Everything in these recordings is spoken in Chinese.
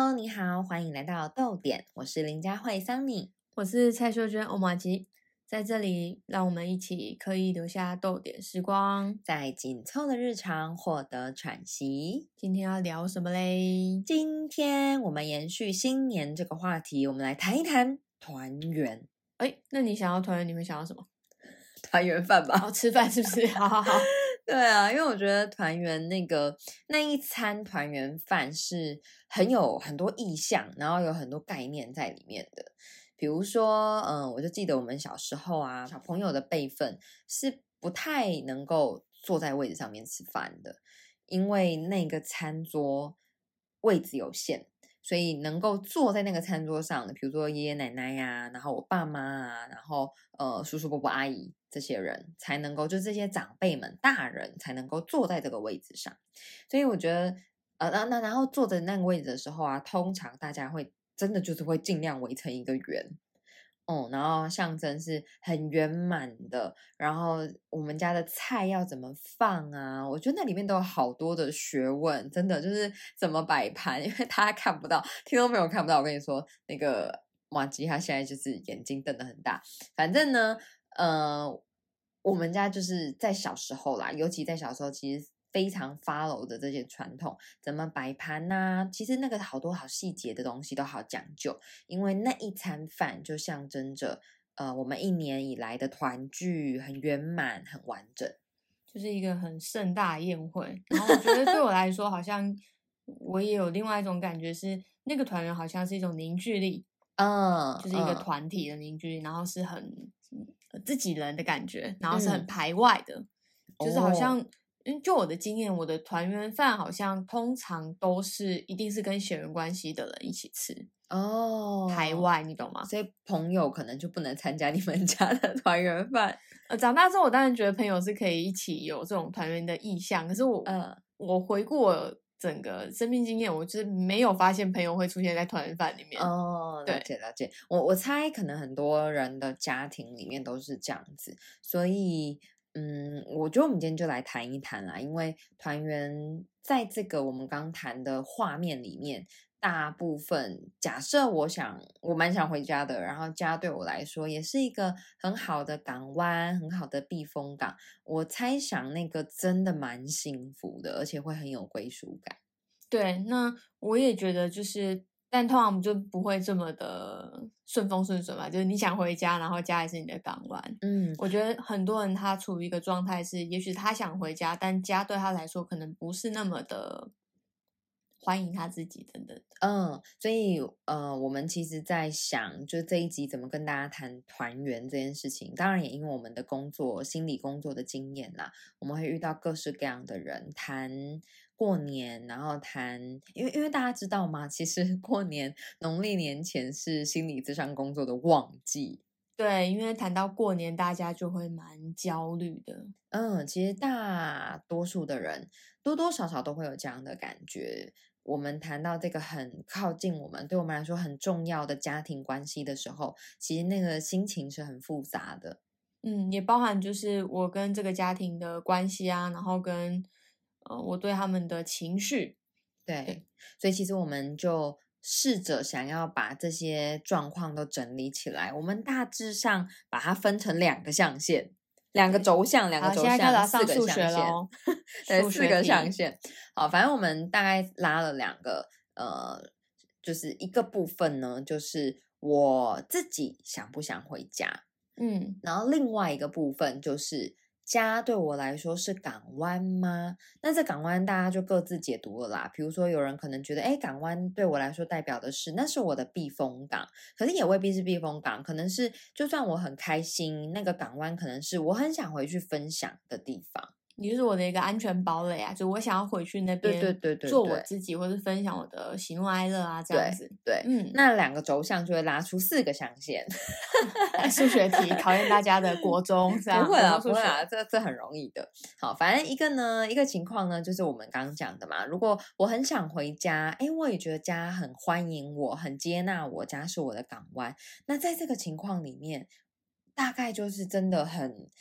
Hello， 你好，欢迎来到豆点，我是林佳慧 Sunny， 我是蔡秀娟欧玛吉，在这里让我们一起刻意留下豆点时光， 在紧凑的日常获得喘息。 今天要聊什么嘞？ 今天我们延续新年这个话题，我们来谈一谈团圆。 那你想要团圆，你们想要什么？ 团圆饭吧。 吃饭是不是？好好好。 对啊，因为我觉得团圆那一餐团圆饭是有很多意象，然后有很多概念在里面的。比如说，我就记得我们小时候啊，小朋友的辈分是不太能够坐在位置上面吃饭的，因为那个餐桌位置有限。所以能够坐在那个餐桌上的，比如说爷爷奶奶呀，然后我爸妈啊，然后叔叔伯伯阿姨这些人才能够，就这些长辈们大人才能够坐在这个位置上。所以我觉得然后坐在那个位置的时候啊，通常大家会真的就是会尽量围成一个圆。然后象征是很圆满的，然后我们家的菜要怎么放啊？我觉得那里面都有好多的学问，真的就是怎么摆盘，因为大家看不到，听众朋友看不到。我跟你说，那个马吉他现在就是眼睛瞪得很大。反正呢，我们家就是在小时候啦，尤其在小时候，其实非常 follow 的这些传统，怎么摆盘啊，其实那个好多好细节的东西都好讲究，因为那一餐饭就象征着我们一年以来的团聚很圆满很完整， 就是一个很盛大的宴会。然后我觉得对我来说，好像我也有另外一种感觉是，那个团圆好像是一种凝聚力，就是一个团体的凝聚力，然后是很自己人的感觉，然后是很排外的，就是好像。就我的经验，我的团圆饭好像通常都是一定是跟血缘关系的人一起吃排外，你懂吗？ 所以朋友可能就不能参加你们家的团圆饭。 长大之后，我当然觉得朋友是可以一起有这种团圆的意向，可是我回顾我整个生命经验，我就是没有发现朋友会出现在团圆饭里面。 了解了解。我猜可能很多人的家庭里面都是这样子，所以我觉得我们今天就来谈一谈啦，因为团圆在这个我们刚谈的画面里面，大部分假设我蛮想回家的，然后家对我来说也是一个很好的港湾，很好的避风港，我猜想那个真的蛮幸福的，而且会很有归属感。 对，那我也觉得但通常我们就不会这么的顺风顺水嘛，就是你想回家，然后家也是你的港湾。我觉得很多人他处于一个状态是，也许他想回家，但家对他来说可能不是那么的欢迎他自己等等。 所以我们其实在想，就这一集怎么跟大家谈团圆这件事情。当然也因为我们的心理工作的经验啦，我们会遇到各式各样的人谈过年，然后因为大家知道吗？其实过年农历年前是心理咨商工作的旺季。 对，因为谈到过年，大家就会蛮焦虑的。 其实大多数的人多多少少都会有这样的感觉。我们谈到这个很靠近我们，对我们来说很重要的家庭关系的时候，其实那个心情是很复杂的。 也包含就是我跟这个家庭的关系啊，然后跟我对他们的情绪。 对，所以其实我们就试着想要把这些状况都整理起来。我们大致上把它分成2个象限。2个轴向，4个象限。对，4个象限。好，反正我们大概拉了2个，就是一个部分呢，就是我自己想不想回家，然后另外一个部分就是家对我来说是港湾吗？那这港湾大家就各自解读了啦。比如说有人可能觉得，港湾对我来说代表的是那是我的避风港，可是也未必是避风港，可能是就算我很开心，那个港湾可能是我很想回去分享的地方。 你就是我的一个安全堡垒啊，就我想要回去那边做我自己，或是分享我的喜怒哀乐啊，这样子。 对，那2个轴向就会拉出4个象限。 数学题考验大家的国中， 不会啦，这很容易的。好，反正一个情况呢，就是我们刚刚讲的嘛。如果我很想回家，我也觉得家很欢迎我，很接纳我，家是我的港湾。那在这个情况里面，大概就是真的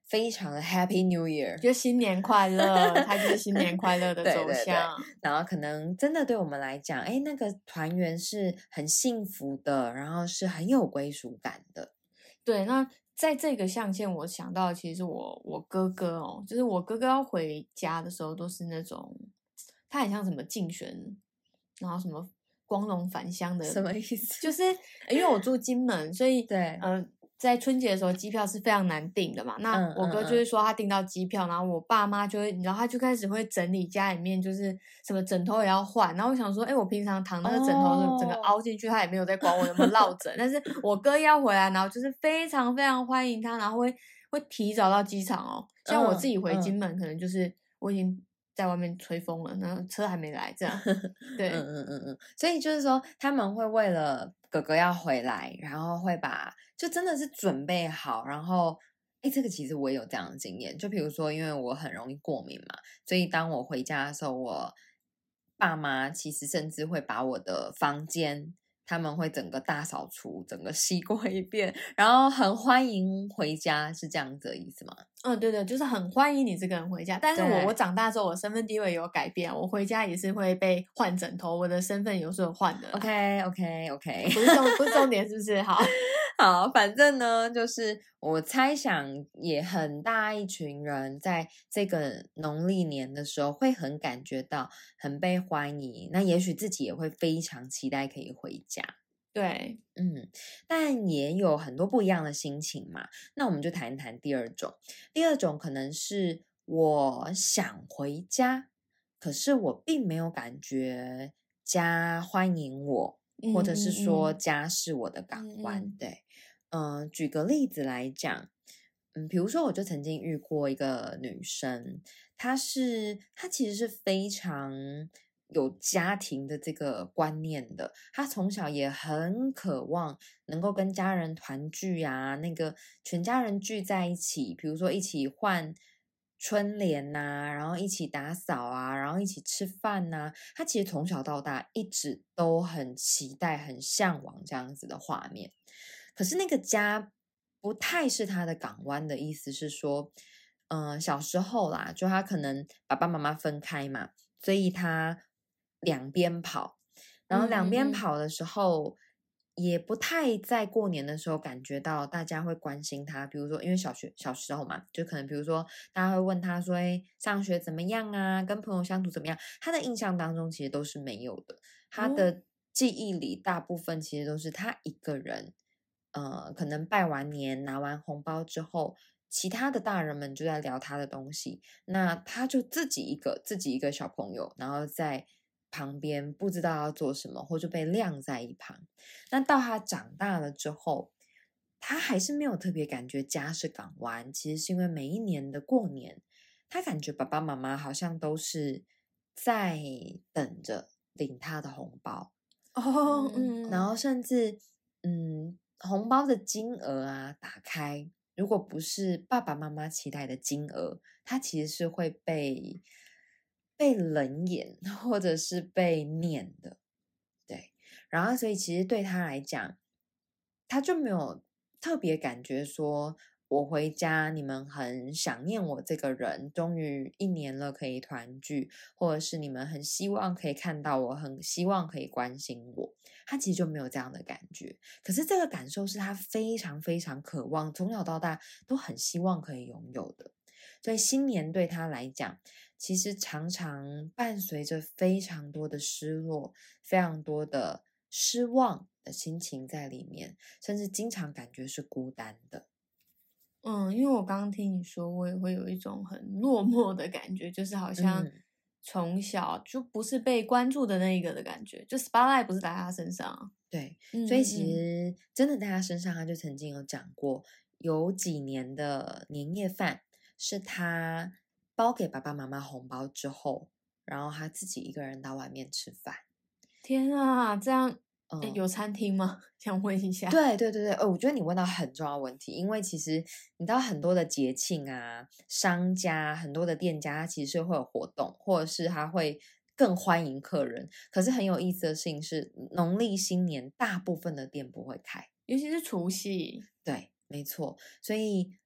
非常的 Happy New Year， 就新年快乐，它就是新年快乐的走向。 对，然后可能真的对我们来讲，那个团圆是很幸福的，然后是很有归属感的。 对，那在这个象限，我想到其实我哥哥哦，就是我哥哥要回家的时候，都是那种他很像什么竞选，然后什么光荣返乡的， 什么意思？ 就是因为我住金门，所以对， 在春节的时候机票是非常难订的嘛。那我哥就是说他订到机票，然后我爸妈就会，然后他就开始会整理家里面，就是什么枕头也要换。然后我想说，我平常躺那个枕头整个凹进去，他也没有在管我有没有落枕。但是我哥要回来，然后就是非常非常欢迎他，然后会提早到机场哦。像我自己回金门，可能就是我已经在外面吹风了，然后车还没来，这样。对， 所以就是说，他们会为了哥哥要回来，然后会把就真的是准备好，然后这个其实我也有这样的经验，就比如说，因为我很容易过敏嘛，所以当我回家的时候，我爸妈其实甚至会把我的房间，他们会整个大扫除，整个洗过一遍，然后很欢迎回家，是这样子的意思吗？ 对对，就是很欢迎你这个人回家。但是我长大之后，我身份地位有改变，我回家也是会被换枕头，我的身份有时候换的。 OK， 不是重点，是不是？ 好，反正呢，就是我猜想也很大一群人在这个农历年的时候会很感觉到很被欢迎，那也许自己也会非常期待可以回家。 对， 但也有很多不一样的心情嘛。那我们就谈一谈第二种。第二种可能是我想回家，可是我并没有感觉家欢迎我，或者是说家是我的港湾。对，举个例子来讲，比如说我就曾经遇过一个女生，她其实是非常有家庭的这个观念的，他从小也很渴望能够跟家人团聚啊，那个全家人聚在一起，比如说一起换春联呐，然后一起打扫啊，然后一起吃饭呐，他其实从小到大一直都很期待、很向往这样子的画面。可是那个家不太是他的港湾的意思是说，小时候啦，就他可能爸爸妈妈分开嘛，所以他两边跑，然后两边跑的时候，也不太在过年的时候感觉到大家会关心他。比如说，因为小时候嘛，就可能比如说大家会问他说：“上学怎么样啊？跟朋友相处怎么样？”他的印象当中其实都是没有的，他的记忆里大部分其实都是他一个人。可能拜完年拿完红包之后，其他的大人们就在聊他的东西，那他就自己一个小朋友，然后在旁边不知道要做什么，或就被晾在一旁。那到他长大了之后，他还是没有特别感觉家是港湾，其实是因为每一年的过年，他感觉爸爸妈妈好像都是在等着领他的红包然后甚至红包的金额啊打开，如果不是爸爸妈妈期待的金额，他其实是会被冷眼或者是被念的。对，然后所以其实对他来讲，他就没有特别感觉说我回家你们很想念我这个人，终于一年了可以团聚，或者是你们很希望可以看到我，很希望可以关心我，他其实就没有这样的感觉。可是这个感受是他非常非常渴望，从小到大都很希望可以拥有的。所以新年对他来讲，其实常常伴随着非常多的失落，非常多的失望的心情在里面，甚至经常感觉是孤单的。 因为我刚刚听你说，我也会有一种很落寞的感觉，就是好像从小就不是被关注的那一个的感觉，就 spotlight 不是在他身上。 对，所以其实真的在他身上，他就曾经有讲过，有几年的年夜饭是他包给爸爸妈妈红包之后，然后他自己一个人到外面吃饭。 天啊，这样有餐厅吗？想问一下。 对，我觉得你问到很重要的问题，因为其实你知道很多的节庆啊，商家很多的店家，它其实是会有活动，或者是他会更欢迎客人。可是很有意思的事情是，农历新年大部分的店不会开， 尤其是除夕。 对，没错。所以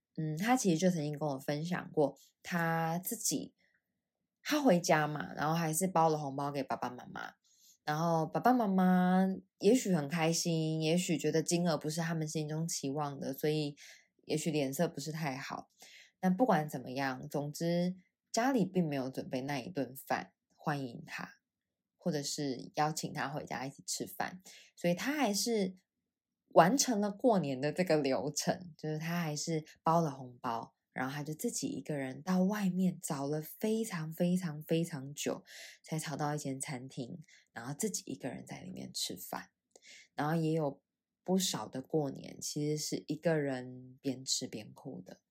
他其实就曾经跟我分享过，他回家嘛，然后还是包了红包给爸爸妈妈，然后爸爸妈妈也许很开心，也许觉得金额不是他们心中期望的，所以也许脸色不是太好。但不管怎么样，总之家里并没有准备那一顿饭欢迎他，或者是邀请他回家一起吃饭，所以他还是完成了过年的这个流程，就是他还是包了红包，然后他就自己一个人到外面找了非常非常非常久，才找到一间餐厅，然后自己一个人在里面吃饭。然后也有不少的过年其实是一个人边吃边哭的。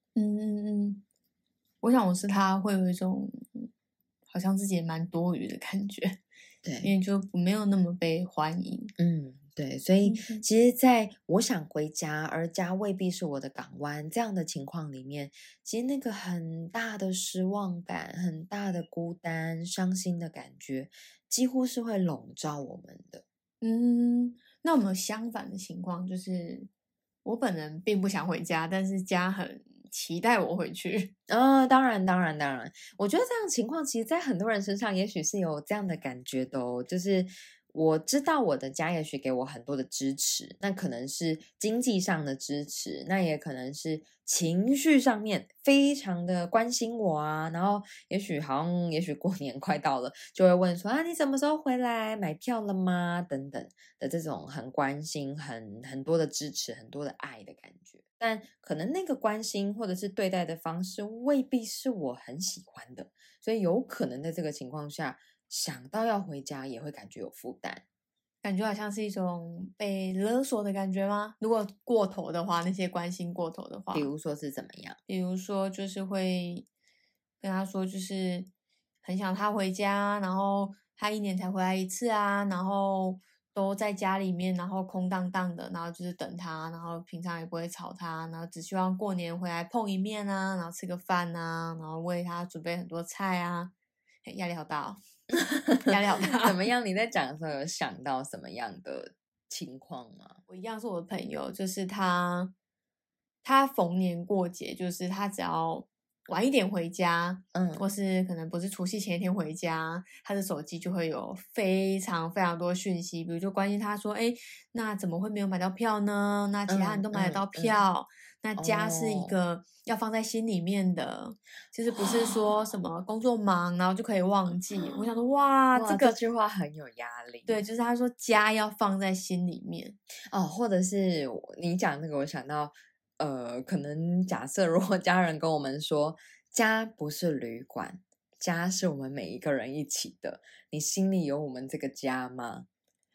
我想我是他会有一种好像自己也蛮多余的感觉， 对， 因为就没有那么被欢迎。 对，所以其实在我想回家，而家未必是我的港湾这样的情况里面，其实那个很大的失望感、很大的孤单、伤心的感觉，几乎是会笼罩我们的。 那有没有相反的情况？就是我本人并不想回家，但是家很期待我回去。 当然，我觉得这样的情况，其实在很多人身上，也许是有这样的感觉的哦。就是我知道我的家也许给我很多的支持，那可能是经济上的支持，那也可能是情绪上面非常的关心我啊。然后也许过年快到了，就会问说你什么时候回来？买票了吗？等等的这种很关心、很多的支持、很多的爱的感觉。但可能那个关心或者是对待的方式未必是我很喜欢的，所以有可能在这个情况下，想到要回家也会感觉有负担， 感觉好像是一种被勒索的感觉吗？如果过头的话，那些关心过头的话， 比如说是怎么样？ 比如说就是会跟他说，就是很想他回家，然后他1年才回来一次啊，然后都在家里面，然后空荡荡的，然后就是等他，然后平常也不会吵他，然后只希望过年回来碰一面啊，然后吃个饭啊，然后为他准备很多菜啊，压力好大哦，压力好大。 怎么样？你在讲的时候有想到什么样的情况吗？ 我一样是我的朋友，就是他逢年过节，就是他只要晚一点回家，或是可能不是除夕前一天回家，他的手机就会有非常非常多讯息，比如就关心他说，那怎么会没有买到票呢？那其他人都买得到票，那家是一个要放在心里面的，就是不是说什么工作忙然后就可以忘记。我想说，哇， 这句话很有压力。 对，就是他说家要放在心里面或者是你讲这个，我想到。可能假设如果家人跟我们说，家不是旅馆，家是我们每一个人一起的，你心里有我们这个家吗？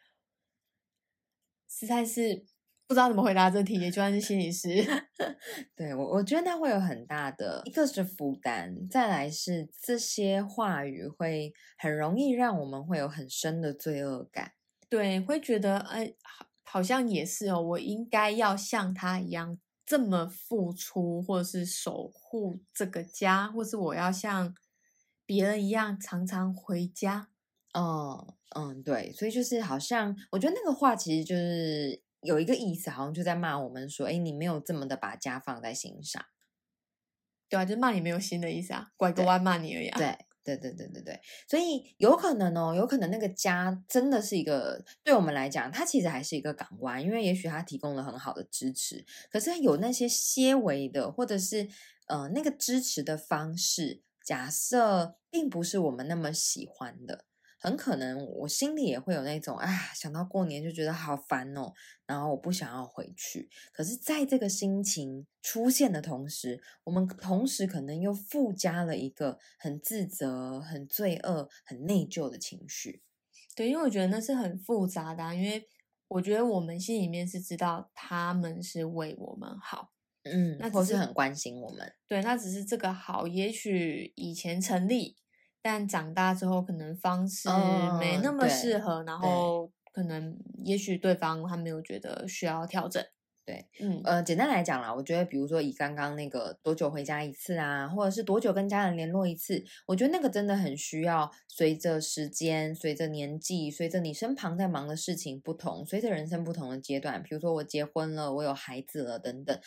实在是不知道怎么回答这题，就算是心理师。 对，我觉得那会有很大的，一个是负担，再来是这些话语会很容易让我们会有很深的罪恶感。 对，会觉得好像也是哦，我应该要像他一样这么付出，或者是守护这个家，或是我要像别人一样常常回家。 对，所以就是好像，我觉得那个话其实就是有一个意思，好像就在骂我们说，你没有这么的把家放在心上。 对啊，就是骂你没有心的意思啊，拐个弯骂你而已啊。 对，所以有可能那个家真的是一个，对我们来讲，它其实还是一个港湾，因为也许它提供了很好的支持，可是有那些些微的，或者是那个支持的方式，假设并不是我们那么喜欢的。很可能我心里也会有那种想到过年就觉得好烦哦，然后我不想要回去。可是在这个心情出现的同时，我们同时可能又附加了一个很自责、很罪恶、很内疚的情绪。 对，因为我觉得那是很复杂的因为我觉得我们心里面是知道他们是为我们好， 那或是很关心我们。 对，那只是这个好，也许以前成立。但长大之后，可能方式没那么适合，然后可能也许对方他没有觉得需要调整。 对，简单来讲啦，我觉得比如说以刚刚那个多久回家一次啊，或者是多久跟家人联络一次，我觉得那个真的很需要随着时间、随着年纪、随着你身旁在忙的事情不同，随着人生不同的阶段，比如说我结婚了，我有孩子了等等。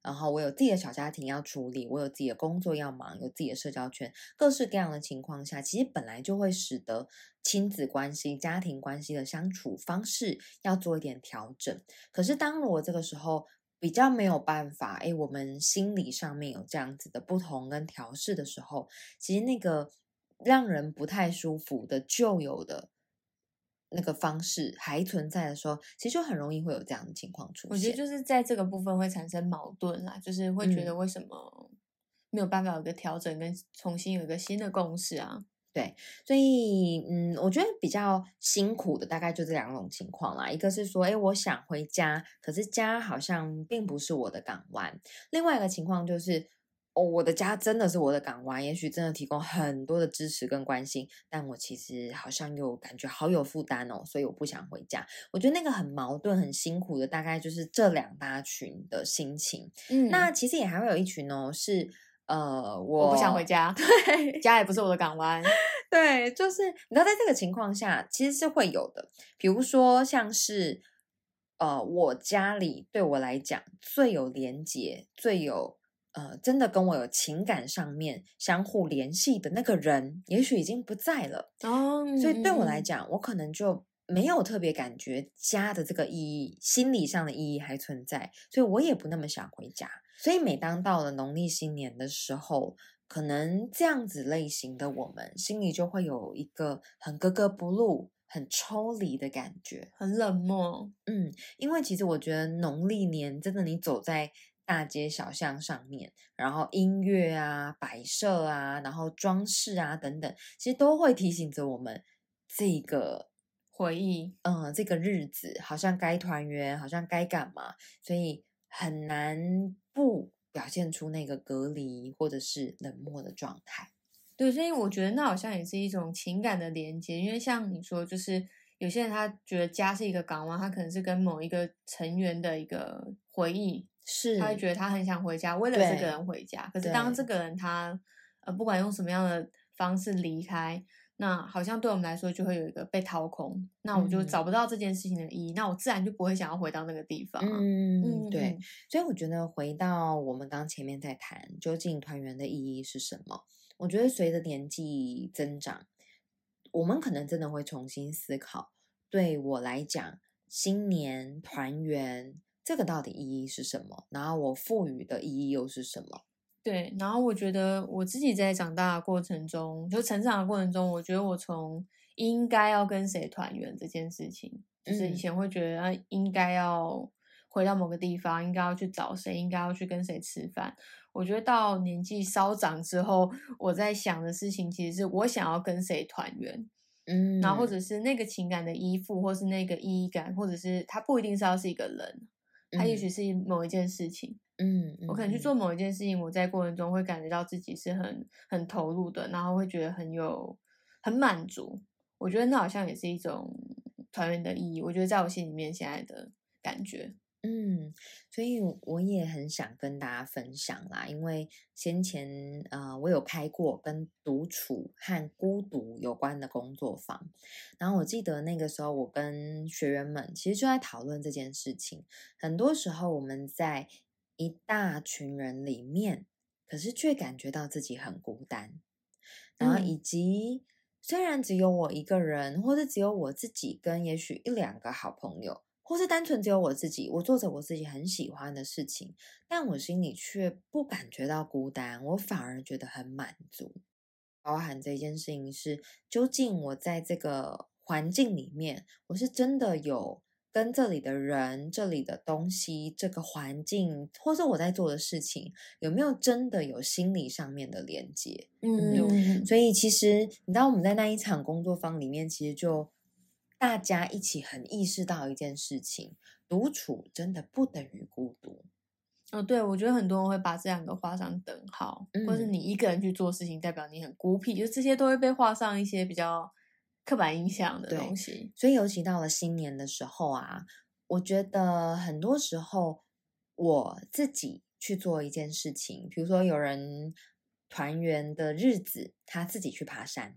然后我有自己的小家庭要处理，我有自己的工作要忙，有自己的社交圈，各式各样的情况下，其实本来就会使得亲子关系、家庭关系的相处方式要做一点调整。可是当我这个时候比较没有办法，我们心理上面有这样子的不同跟调试的时候，其实那个让人不太舒服的旧有的那个方式还存在的时候，其实就很容易会有这样的情况出现。 我觉得就是在这个部分会产生矛盾啦，就是会觉得为什么没有办法有个调整跟重新有一个新的共识啊。 对，所以我觉得比较辛苦的大概就这两种情况啦。一个是说，我想回家，可是家好像并不是我的港湾。另外一个情况就是，我的家真的是我的港湾，也许真的提供很多的支持跟关心，但我其实好像又感觉好有负担哦，所以我不想回家。我觉得那个很矛盾、很辛苦的，大概就是这两大群的心情。那其实也还会有一群哦，是我不想回家， 对， 家也不是我的港湾。 对，就是你知道，在这个情况下，其实是会有的。比如说，像是我家里对我来讲最有连结、最有真的跟我有情感上面相互联系的那个人，也许已经不在了哦。 所以对我来讲，我可能就没有特别感觉家的这个意义，心理上的意义还存在，所以我也不那么想回家。所以每当到了农历新年的时候，可能这样子类型的我们心里就会有一个很格格不入、很抽离的感觉， 很冷漠。 因为其实我觉得农历年真的，你走在大街小巷上面，然后音乐啊、摆设啊，然后装饰啊等等，其实都会提醒着我们这个回忆。 这个日子好像该团圆，好像该干嘛，所以很难不表现出那个隔离或者是冷漠的状态。 对，所以我觉得那好像也是一种情感的连接，因为像你说，就是有些人他觉得家是一个港湾，他可能是跟某一个成员的一个回忆， 是他会觉得他很想回家，为了这个人回家。可是当这个人他不管用什么样的方式离开，那好像对我们来说就会有一个被掏空，那我就找不到这件事情的意义，那我自然就不会想要回到那个地方啊。 对，所以我觉得回到我们刚前面在谈，究竟团圆的意义是什么？我觉得随着年纪增长，我们可能真的会重新思考，对我来讲，新年团圆这个到底意义是什么？然后我赋予的意义又是什么？ 对，然后我觉得我自己在长大的过程中，就成长的过程中，我觉得我从应该要跟谁团圆这件事情，就是以前会觉得应该要回到某个地方，应该要去找谁，应该要去跟谁吃饭。我觉得到年纪稍长之后，我在想的事情其实是我想要跟谁团圆，然后或者是那个情感的依附，或是那个意义感，或者是它不一定是要是一个人，它也许是某一件事情。我可能去做某一件事情，我在过程中会感觉到自己是很投入的，然后会觉得很满足。我觉得那好像也是一种团圆的意义。我觉得在我心里面现在的感觉。 所以我也很想跟大家分享啦，因为先前我有开过跟独处和孤独有关的工作坊，然后我记得那个时候我跟学员们其实就在讨论这件事情。很多时候我们在一大群人里面，可是却感觉到自己很孤单，然后以及虽然只有我一个人，或者只有我自己跟也许一两个好朋友，或是单纯只有我自己，我做着我自己很喜欢的事情，但我心里却不感觉到孤单，我反而觉得很满足。包含这件事情是，究竟我在这个环境里面，我是真的有跟这里的人、这里的东西、这个环境，或是我在做的事情，有没有真的有心理上面的连接？所以其实你知道我们在那一场工作坊里面，其实就大家一起很意识到一件事情：独处真的不等于孤独。 对，我觉得很多人会把这两个画上等号，或是你一个人去做事情，代表你很孤僻，就这些都会被画上一些比较刻板印象的东西。 所以尤其到了新年的时候啊，我觉得很多时候我自己去做一件事情，比如说有人团圆的日子，他自己去爬山，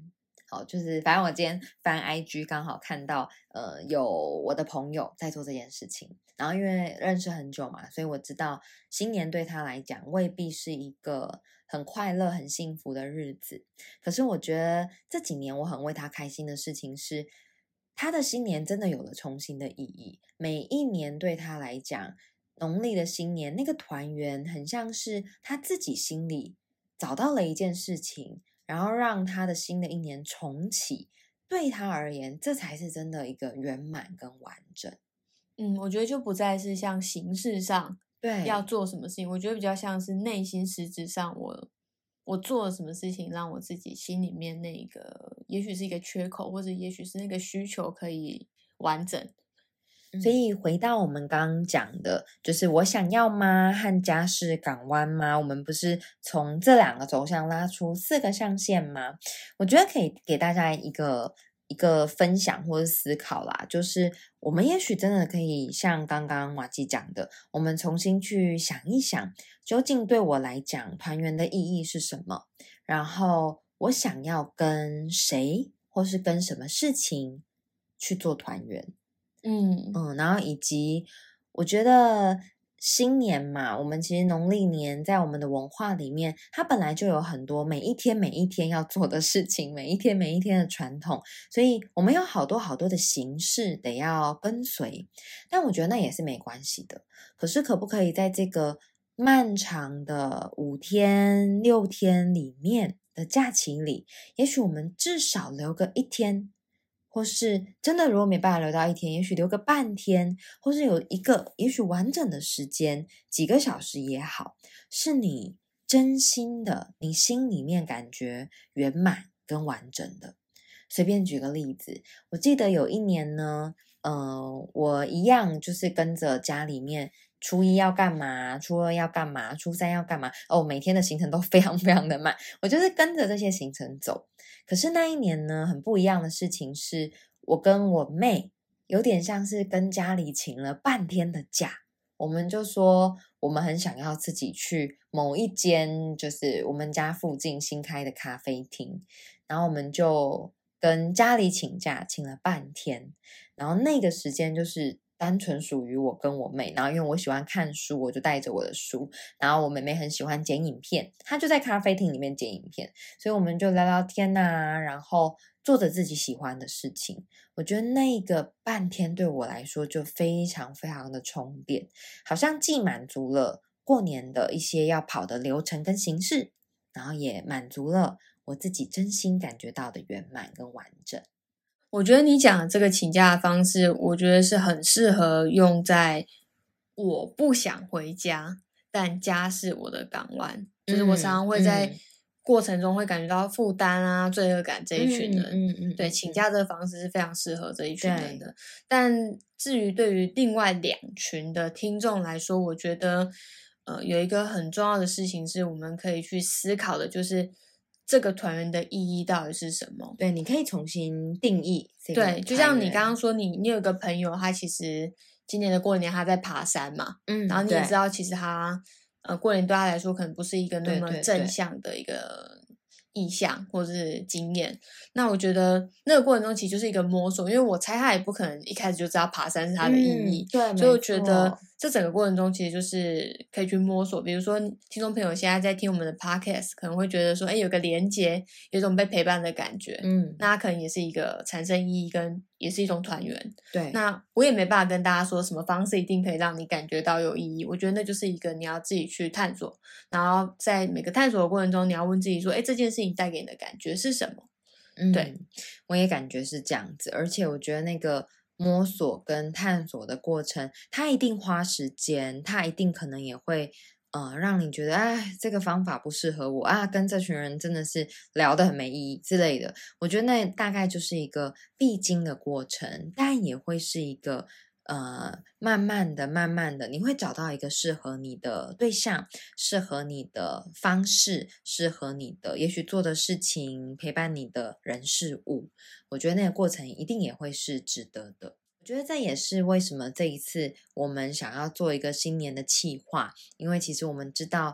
好，就是反正我今天翻 IG 刚好看到有我的朋友在做这件事情，然后因为认识很久嘛，所以我知道新年对他来讲未必是一个很快乐很幸福的日子，可是我觉得这几年我很为他开心的事情是他的新年真的有了重新的意义，每一年对他来讲农历的新年那个团圆很像是他自己心里找到了一件事情，然后让他的新的一年重启，对他而言这才是真的一个圆满跟完整。 我觉得就不再是像形式上对要做什么事情，我觉得比较像是内心实质上我做了什么事情让我自己心里面那个也许是一个缺口，或者也许是那个需求可以完整。 所以回到我们刚刚讲的，就是我想要吗和家事港湾吗？我们不是从这两个走向拉出4个象限吗？我觉得可以给大家一个分享或者思考啦，就是我们也许真的可以像刚刚瓦基讲的，我们重新去想一想，究竟对我来讲团圆的意义是什么？然后我想要跟谁或是跟什么事情去做团圆？然后以及我觉得新年嘛，我们其实农历年在我们的文化里面，它本来就有很多每一天每一天要做的事情，每一天每一天的传统，所以我们有好多好多的形式得要跟随，但我觉得那也是没关系的。可是可不可以在这个漫长的5天6天里面的假期里，也许我们至少留个1天，或是真的如果没办法留到1天，也许留个半天，或是有一个也许完整的时间，几个小时也好，是你真心的，你心里面感觉圆满跟完整的。随便举个例子，我记得有一年呢，我一样就是跟着家里面初1要干嘛，初2要干嘛，初3要干嘛，每天的行程都非常非常的满，我就是跟着这些行程走。可是那一年呢，很不一样的事情是，我跟我妹有点像是跟家里请了半天的假，我们就说我们很想要自己去某一间就是我们家附近新开的咖啡厅，然后我们就跟家里请假，请了半天，然后那个时间就是单纯属于我跟我妹，然后因为我喜欢看书，我就带着我的书，然后我妹妹很喜欢剪影片，她就在咖啡厅里面剪影片，所以我们就聊聊天啊，然后做着自己喜欢的事情。我觉得那个半天对我来说就非常非常的充电，好像既满足了过年的一些要跑的流程跟形式，然后也满足了我自己真心感觉到的圆满跟完整。 我觉得你讲的这个请假的方式，我觉得是很适合用在我不想回家，但家是我的港湾。就是我常常会在过程中会感觉到负担啊、罪恶感这一群人。对，请假这个方式是非常适合这一群人的。但至于对于另外2群的听众来说，我觉得有一个很重要的事情是我们可以去思考的，就是这个团圆的意义到底是什么？ 对，你可以重新定义这个团圆。 对，就像你刚刚说，你有一个朋友，他其实今年的过年他在爬山嘛，然后你也知道，其实他过年对他来说可能不是一个那么正向的一个意向或者是经验。那我觉得那个过程中其实就是一个摸索，因为我猜他也不可能一开始就知道爬山是他的意义， 对， 所以我觉得这整个过程中其实就是可以去摸索。比如说听众朋友现在在听我们的 podcast 可能会觉得说有个连结，有一种被陪伴的感觉，那它可能也是一个产生意义跟也是一种团圆。 对， 那我也没办法跟大家说什么方式一定可以让你感觉到有意义，我觉得那就是一个你要自己去探索，然后在每个探索的过程中你要问自己说这件事情带给你的感觉是什么。对， 我也感觉是这样子，而且我觉得那个摸索跟探索的过程，它一定花时间，它一定可能也会让你觉得这个方法不适合我啊，跟这群人真的是聊得很没意义之类的。我觉得那大概就是一个必经的过程，但也会是一个慢慢的你会找到一个适合你的对象，适合你的方式，适合你的也许做的事情，陪伴你的人事物。我觉得那个过程一定也会是值得的。我觉得这也是为什么这一次我们想要做一个新年的企划，因为其实我们知道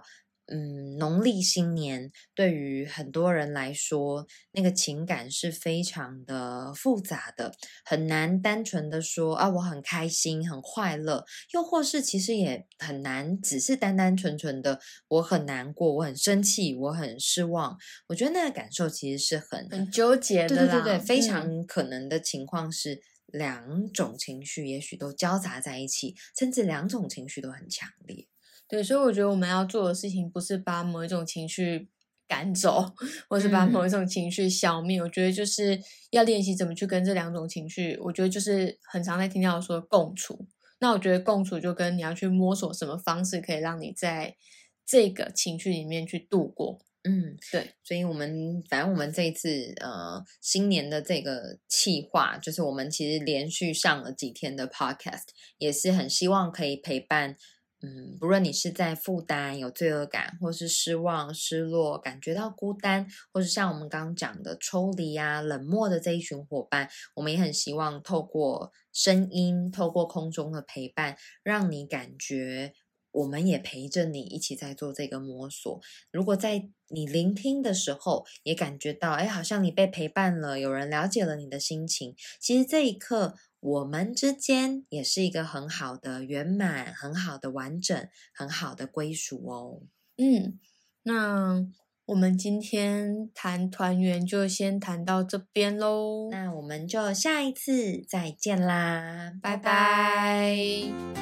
农历新年对于很多人来说，那个情感是非常的复杂的，很难单纯的说啊我很开心很快乐，又或是其实也很难只是单单纯纯的我很难过我很生气我很失望，我觉得那个感受其实是很纠结的啦。 对，非常可能的情况是两种情绪也许都交杂在一起，甚至两种情绪都很强烈。 对，所以我觉得我们要做的事情不是把某一种情绪赶走，或是把某一种情绪消灭，我觉得就是要练习怎么去跟这两种情绪，我觉得就是很常在听到说共处。那我觉得共处就跟你要去摸索什么方式可以让你在这个情绪里面去度过。对， 所以反正我们这一次新年的这个企划，就是我们其实连续上了几天的 podcast， 也是很希望可以陪伴不论你是在负担有罪恶感，或是失望失落感觉到孤单，或是像我们刚刚讲的抽离啊冷漠的这一群伙伴，我们也很希望透过声音透过空中的陪伴，让你感觉我们也陪着你一起在做这个摸索。如果在你聆听的时候也感觉到好像你被陪伴了，有人了解了你的心情，其实这一刻我们之间也是一个很好的圆满，很好的完整，很好的归属哦。 那我们今天谈团圆就先谈到这边咯， 那我们就下一次再见啦， 拜拜。